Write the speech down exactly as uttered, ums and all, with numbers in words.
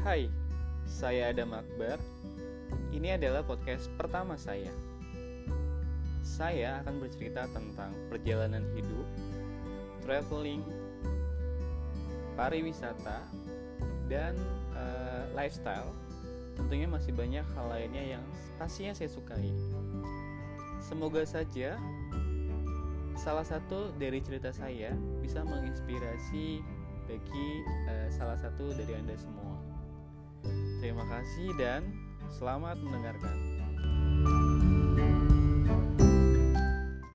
Hai, saya Adam Akbar. Ini adalah podcast pertama saya. Saya akan bercerita tentang perjalanan hidup, traveling, pariwisata, dan uh, lifestyle. Tentunya masih banyak hal lainnya yang pastinya saya sukai. Semoga saja salah satu dari cerita saya bisa menginspirasi bagi uh, salah satu dari Anda semua. Terima kasih dan selamat mendengarkan.